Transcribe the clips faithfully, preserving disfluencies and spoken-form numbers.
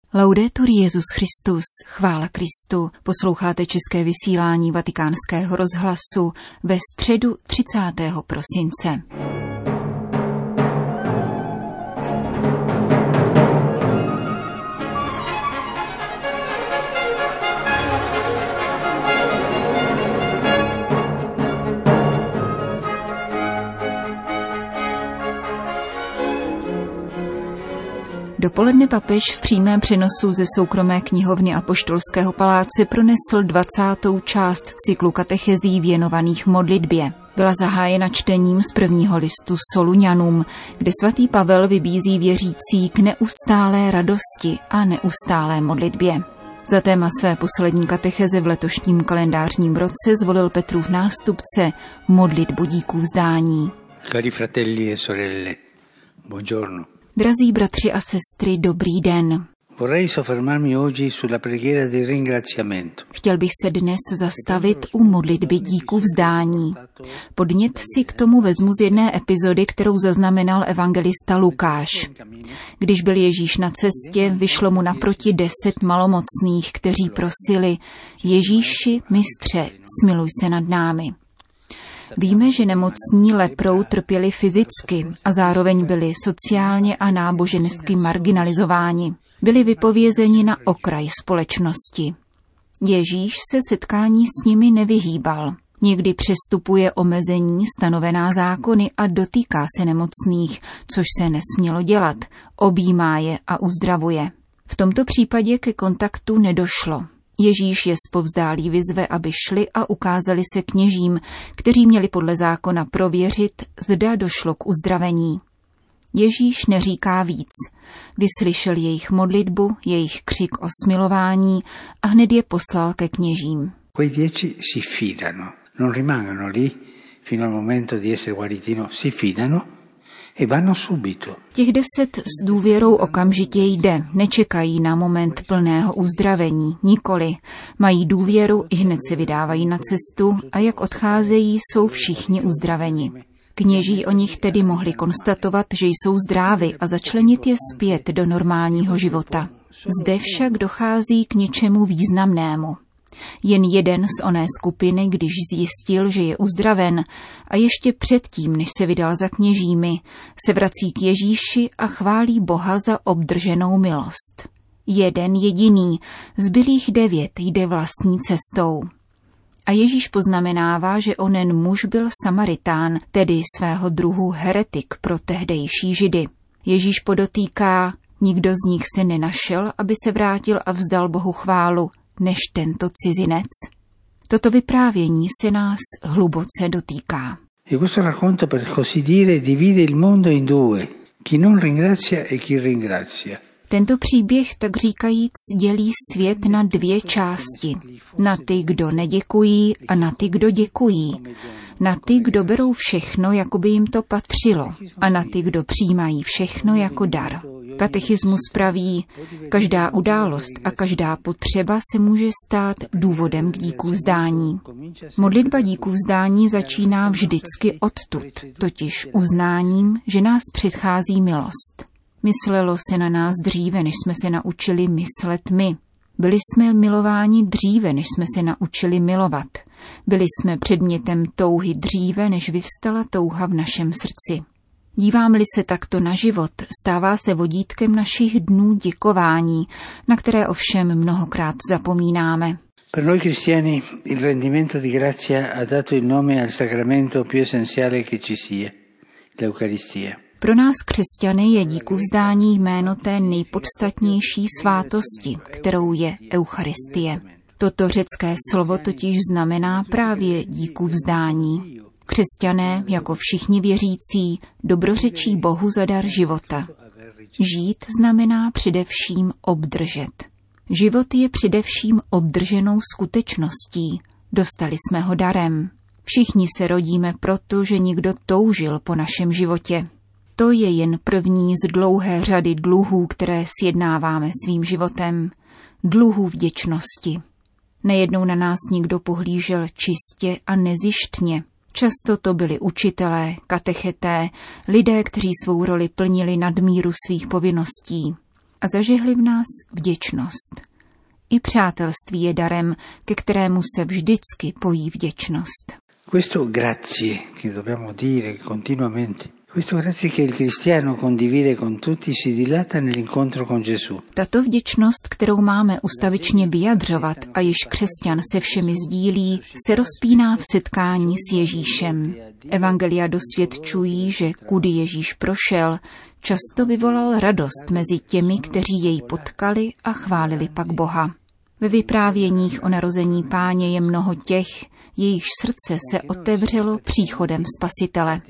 Laudetur Jesus Christus, chvála Kristu, posloucháte české vysílání Vatikánského rozhlasu ve středu třicátého prosince. Dopoledne papež v přímém přenosu ze soukromé knihovny Apoštolského paláce pronesl dvacátou část cyklu katechezí věnovaných modlitbě. Byla zahájena čtením z prvního listu Solunianům, kde svatý Pavel vybízí věřící k neustálé radosti a neustálé modlitbě. Za téma své poslední katecheze v letošním kalendářním roce zvolil Petrův nástupce modlitbu díků vzdání. Cari fratelli e sorelle, buongiorno. Drazí bratři a sestry, dobrý den. Chtěl bych se dnes zastavit u modlitby díků vzdání. Podnět si k tomu vezmu z jedné epizody, kterou zaznamenal evangelista Lukáš. Když byl Ježíš na cestě, vyšlo mu naproti deset malomocných, kteří prosili: Ježíši, mistře, smiluj se nad námi. Víme, že nemocní leprou trpěli fyzicky a zároveň byli sociálně a nábožensky marginalizováni. Byli vypovězeni na okraj společnosti. Ježíš se setkání s nimi nevyhýbal. Někdy přestupuje omezení stanovená zákony a dotýká se nemocných, což se nesmělo dělat, objímá je a uzdravuje. V tomto případě ke kontaktu nedošlo. Ježíš je zpovzdálí vyzve, aby šli a ukázali se kněžím, kteří měli podle zákona prověřit, zda došlo k uzdravení. Ježíš neříká víc. Vyslyšel jejich modlitbu, jejich křik o smilování a hned je poslal ke kněžím. Quei dieci si fidano, non rimangono lì fino al momento di essere guariti, no, si fidano. Těch deset s důvěrou okamžitě jde, nečekají na moment plného uzdravení, nikoli. Mají důvěru, i hned se vydávají na cestu a jak odcházejí, jsou všichni uzdraveni. Kněží o nich tedy mohli konstatovat, že jsou zdraví a začlenit je zpět do normálního života. Zde však dochází k něčemu významnému. Jen jeden z oné skupiny, když zjistil, že je uzdraven a ještě předtím, než se vydal za kněžími, se vrací k Ježíši a chválí Boha za obdrženou milost. Jeden jediný, zbylých devět jde vlastní cestou. A Ježíš poznamenává, že onen muž byl Samaritán, tedy svého druhu heretik pro tehdejší Židy. Ježíš podotýká, nikdo z nich se nenašel, aby se vrátil a vzdal Bohu chválu, než tento cizinec. Toto vyprávění se nás hluboce dotýká. E questo racconto, per così dire, divide il mondo in due, chi non ringrazia e chi ringrazia. Tento příběh, tak říkajíc, dělí svět na dvě části. Na ty, kdo neděkují, a na ty, kdo děkují. Na ty, kdo berou všechno, jako by jim to patřilo, a na ty, kdo přijímají všechno jako dar. Katechismus praví, každá událost a každá potřeba se může stát důvodem k díku vzdání. Modlitba díku vzdání začíná vždycky odtud, totiž uznáním, že nás předchází milost. Myslelo se na nás dříve, než jsme se naučili myslet my. Byli jsme milováni dříve, než jsme se naučili milovat. Byli jsme předmětem touhy dříve, než vyvstala touha v našem srdci. Dívám-li se takto na život, stává se vodítkem našich dnů děkování, na které ovšem mnohokrát zapomínáme. Per noi cristiani il rendimento di grazia ha dato il nome al sacramento più essenziale che ci sia, l'Eucaristia. Pro nás křesťany je díku vzdání jméno té nejpodstatnější svátosti, kterou je Eucharistie. Toto řecké slovo totiž znamená právě díku vzdání. Křesťané, jako všichni věřící, dobrořečí Bohu za dar života. Žít znamená především obdržet. Život je především obdrženou skutečností. Dostali jsme ho darem. Všichni se rodíme proto, že někdo toužil po našem životě. To je jen první z dlouhé řady dluhů, které sjednáváme svým životem. Dluhů vděčnosti. Nejednou na nás někdo pohlížel čistě a nezištně. Často to byli učitelé, katecheté, lidé, kteří svou roli plnili nadmíru svých povinností. a zažehli v nás vděčnost. I přátelství je darem, ke kterému se vždycky pojí vděčnost. Questo grazie che dobbiamo dire continuamente. Questo grazie che il cristiano condivide con tutti si dilata nell'incontro con Gesù. Tato vděčnost, kterou máme ustavičně vyjadřovat a již křesťan se všemi sdílí, se rozpíná v setkání s Ježíšem. Evangelia dosvědčují, že kudy Ježíš prošel, často vyvolal radost mezi těmi, kteří jej potkali a chválili pak Boha. Ve vyprávěních o narození Páně je mnoho těch, jejichž srdce se otevřelo příchodem Spasitele.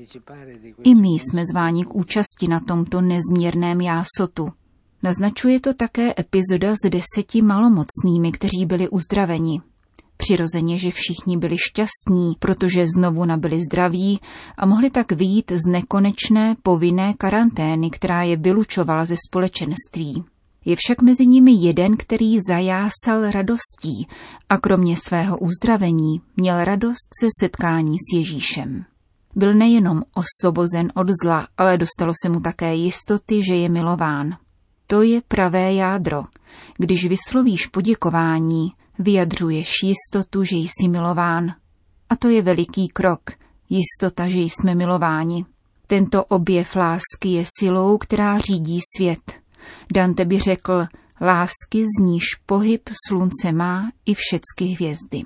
I my jsme zváni k účasti na tomto nezměrném jásotu. Naznačuje to také epizoda s deseti malomocnými, kteří byli uzdraveni. Přirozeně, že všichni byli šťastní, protože znovu nabyli zdraví a mohli tak vyjít z nekonečné povinné karantény, která je vylučovala ze společenství. Je však mezi nimi jeden, který zajásal radostí a kromě svého uzdravení měl radost ze setkání s Ježíšem. Byl nejenom osvobozen od zla, ale dostalo se mu také jistoty, že je milován. To je pravé jádro. Když vyslovíš poděkování, vyjadřuješ jistotu, že jsi milován. A to je veliký krok, jistota, že jsme milováni. Tento objev lásky je silou, která řídí svět. Dante by řekl, lásky, z níž pohyb slunce má i všecky hvězdy.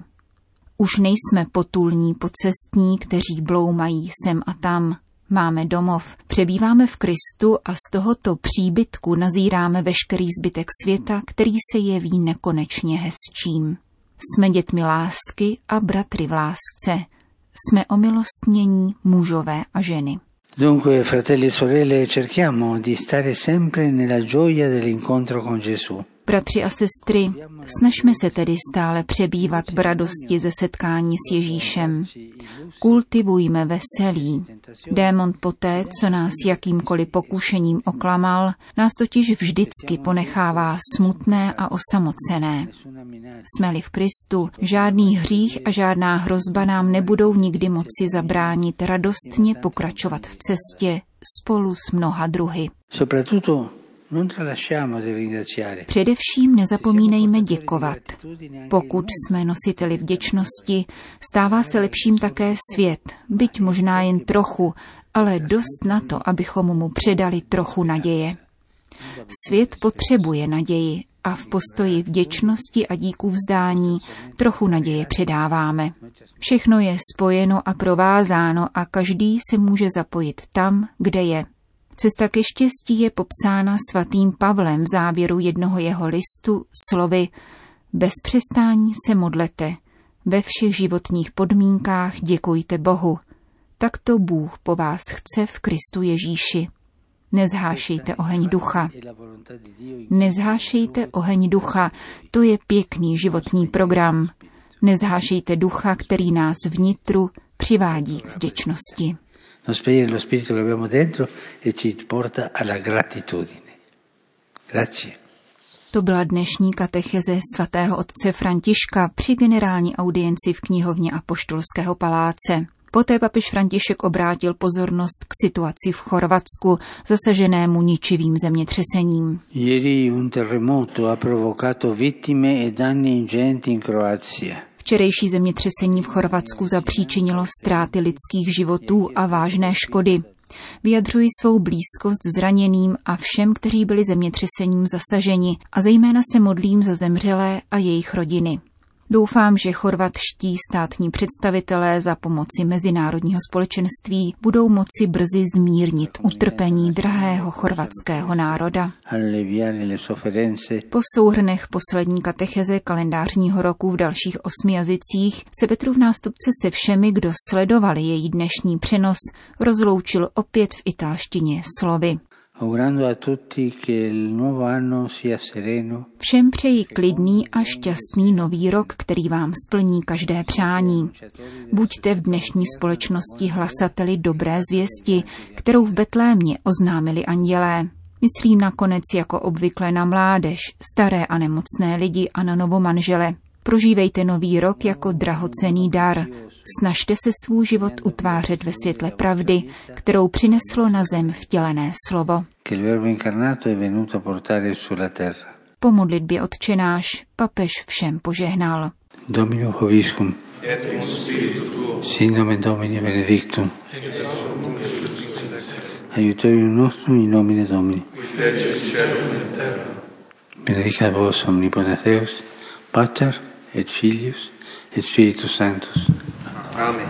Už nejsme potulní pocestní, kteří bloumají sem a tam. Máme domov, přebýváme v Kristu a z tohoto příbytku nazíráme veškerý zbytek světa, který se jeví nekonečně hezčím. Jsme dětmi lásky a bratry v lásce. Jsme omilostnění mužové a ženy. Dunque, fratelli e sorelle, cerchiamo di stare sempre nella gioia dell'incontro con Gesù. Bratři a sestry, snažme se tedy stále přebývat v radosti ze setkání s Ježíšem. Kultivujme veselí. Démon poté, co nás jakýmkoliv pokušením oklamal, nás totiž vždycky ponechává smutné a osamocené. Jsme-li v Kristu, žádný hřích a žádná hrozba nám nebudou nikdy moci zabránit radostně pokračovat v cestě spolu s mnoha druhy. Především nezapomínejme děkovat. Pokud jsme nositeli vděčnosti, stává se lepším také svět, byť možná jen trochu, ale dost na to, abychom mu předali trochu naděje. Svět potřebuje naději a v postoji vděčnosti a díku vzdání trochu naděje předáváme. Všechno je spojeno a provázáno a každý se může zapojit tam, kde je. Cesta ke štěstí je popsána svatým Pavlem v závěru jednoho jeho listu slovy bez přestání se modlete, ve všech životních podmínkách děkujte Bohu. Takto Bůh po vás chce v Kristu Ježíši. Nezhášejte oheň ducha. Nezhášejte oheň ducha, to je pěkný životní program. Nezhášejte ducha, který nás vnitru přivádí k vděčnosti. Non spegnere lo spirito che abbiamo dentro e ci porta alla gratitudine. Grazie. To byla dnešní katecheze svatého otce Františka při generální audienci v knihovně Apoštolského paláce. Poté papež František obrátil pozornost k situaci v Chorvatsku, zasaženému ničivým zemětřesením. Ieri un terremoto ha provocato vittime e danni ingenti in Croazia. Včerejší zemětřesení v Chorvatsku zapříčinilo ztráty lidských životů a vážné škody. Vyjadřuji svou blízkost zraněným a všem, kteří byli zemětřesením zasaženi, a zejména se modlím za zemřelé a jejich rodiny. Doufám, že chorvatští státní představitelé za pomoci mezinárodního společenství budou moci brzy zmírnit utrpení drahého chorvatského národa. Po souhrnech poslední katecheze kalendářního roku v dalších osmi jazycích se Petrův nástupce se všemi, kdo sledovali její dnešní přenos, rozloučil opět v italštině slovy. Všem přeji klidný a šťastný nový rok, který vám splní každé přání. Buďte v dnešní společnosti hlasateli dobré zvěsti, kterou v Betlémě oznámili andělé. Myslím nakonec jako obvykle na mládež, staré a nemocné lidi a na novomanžele. Prožívejte nový rok jako drahocenný dar. Snažte se svůj život utvářet ve světle pravdy, kterou přineslo na zem vtělené slovo. che il Verbo incarnato è venuto a portare sulla terra. Po modlitbě Otčenáš papež všem požehnal. Domino Hoviscum, et in spiritu tuo, sin nomen Domini benedictum, aiutorium nostrum in nomine Domini, qui fece celum et terra. Benedicat vos omnipotens Deus, Pater et Filius et Spiritus Sanctus. Amen.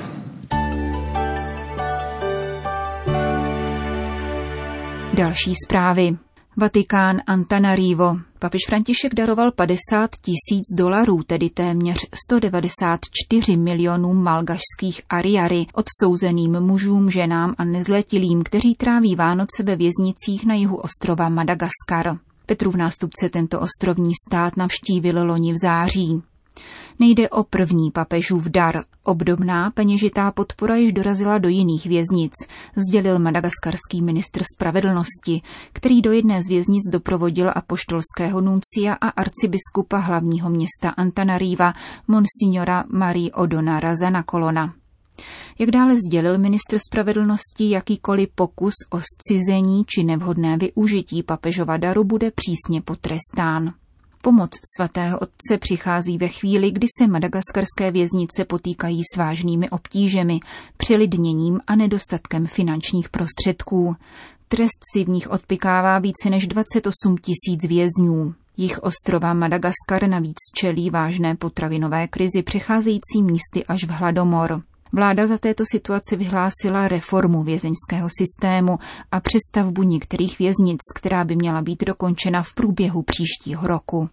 Další zprávy. Vatikán, Antananarivo. Papež František daroval padesát tisíc dolarů, tedy téměř sto devadesát čtyři milionům malgašských ariary, odsouzeným mužům, ženám a nezletilým, kteří tráví Vánoce ve věznicích na jihu ostrova Madagaskar. Petrův nástupce tento ostrovní stát navštívil loni v září. Nejde o první papežův dar. Obdobná peněžitá podpora již dorazila do jiných věznic, sdělil madagaskarský ministr spravedlnosti, který do jedné z věznic doprovodil apoštolského nuncia a arcibiskupa hlavního města Antananariva, monsignora Marie Odona Razanakolona. Jak dále sdělil ministr spravedlnosti, jakýkoliv pokus o zcizení či nevhodné využití papežova daru bude přísně potrestán. Pomoc svatého otce přichází ve chvíli, kdy se madagaskarské věznice potýkají s vážnými obtížemi, přelidněním a nedostatkem finančních prostředků. Trest si v nich odpykává více než dvacet osm tisíc vězňů. Jih ostrova Madagaskar navíc čelí vážné potravinové krizi, přecházející místy až v hladomor. Vláda za této situace vyhlásila reformu vězeňského systému a přestavbu některých věznic, která by měla být dokončena v průběhu příštího roku.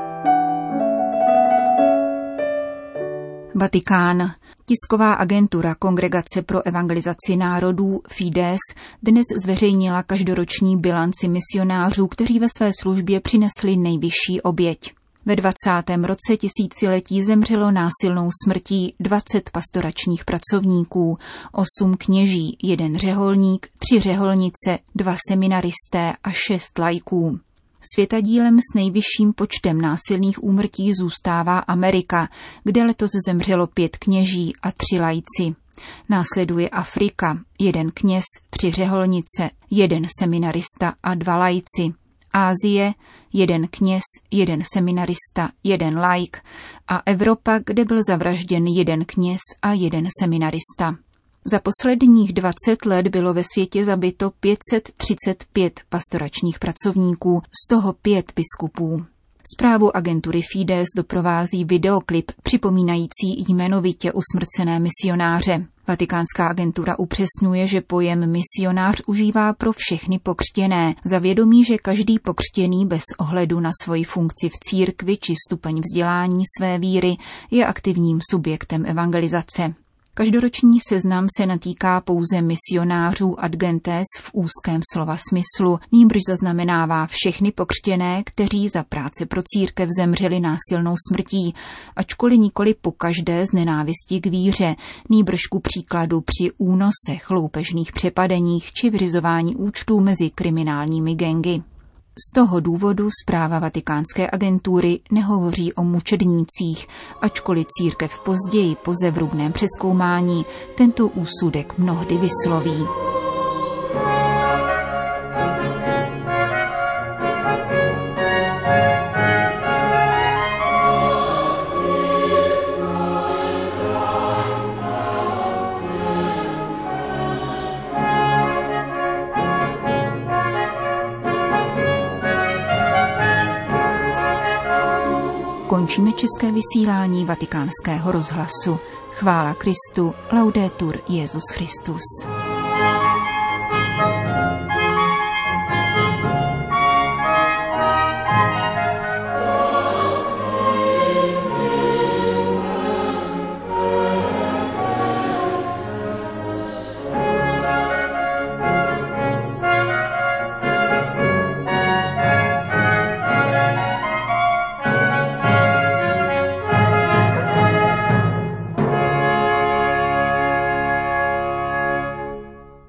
Vatikán. Tisková agentura Kongregace pro evangelizaci národů Fides dnes zveřejnila každoroční bilanci misionářů, kteří ve své službě přinesli nejvyšší oběť. Ve dvacátém roce tisíciletí zemřelo násilnou smrtí dvacet pastoračních pracovníků, osm kněží, jeden řeholník, tři řeholnice, dva seminaristé a šest laiků. Světadílem s nejvyšším počtem násilných úmrtí zůstává Amerika, kde letos zemřelo pět kněží a tři laici. Následuje Afrika, jeden kněz, tři řeholnice, jeden seminarista a dva laici. Asie, jeden kněz, jeden seminarista, jeden laik a Evropa, kde byl zavražděn jeden kněz a jeden seminarista. Za posledních dvacet let bylo ve světě zabito pět set třicet pět pastoračních pracovníků, z toho pět biskupů. Zprávu agentury Fides doprovází videoklip připomínající jmenovitě usmrcené misionáře. Vatikánská agentura upřesňuje, že pojem misionář užívá pro všechny pokřtěné, za vědomí, že každý pokřtěný bez ohledu na svoji funkci v církvi či stupeň vzdělání své víry je aktivním subjektem evangelizace. Každoroční seznam se natýká pouze misionářů ad gentes v úzkém slova smyslu, nýbrž zaznamenává všechny pokřtěné, kteří za práce pro církev zemřeli násilnou smrtí, ačkoliv nikoli pokaždé z nenávisti k víře, nýbrž ku příkladu při únosech, loupežných přepadeních či vyřizování účtů mezi kriminálními gangy. Z toho důvodu zpráva vatikánské agentury nehovoří o mučednících, ačkoliv církev později po zevrubném přezkoumání tento úsudek mnohdy vysloví. Končíme české vysílání Vatikánského rozhlasu. Chvála Kristu, laudetur Jesus Christus.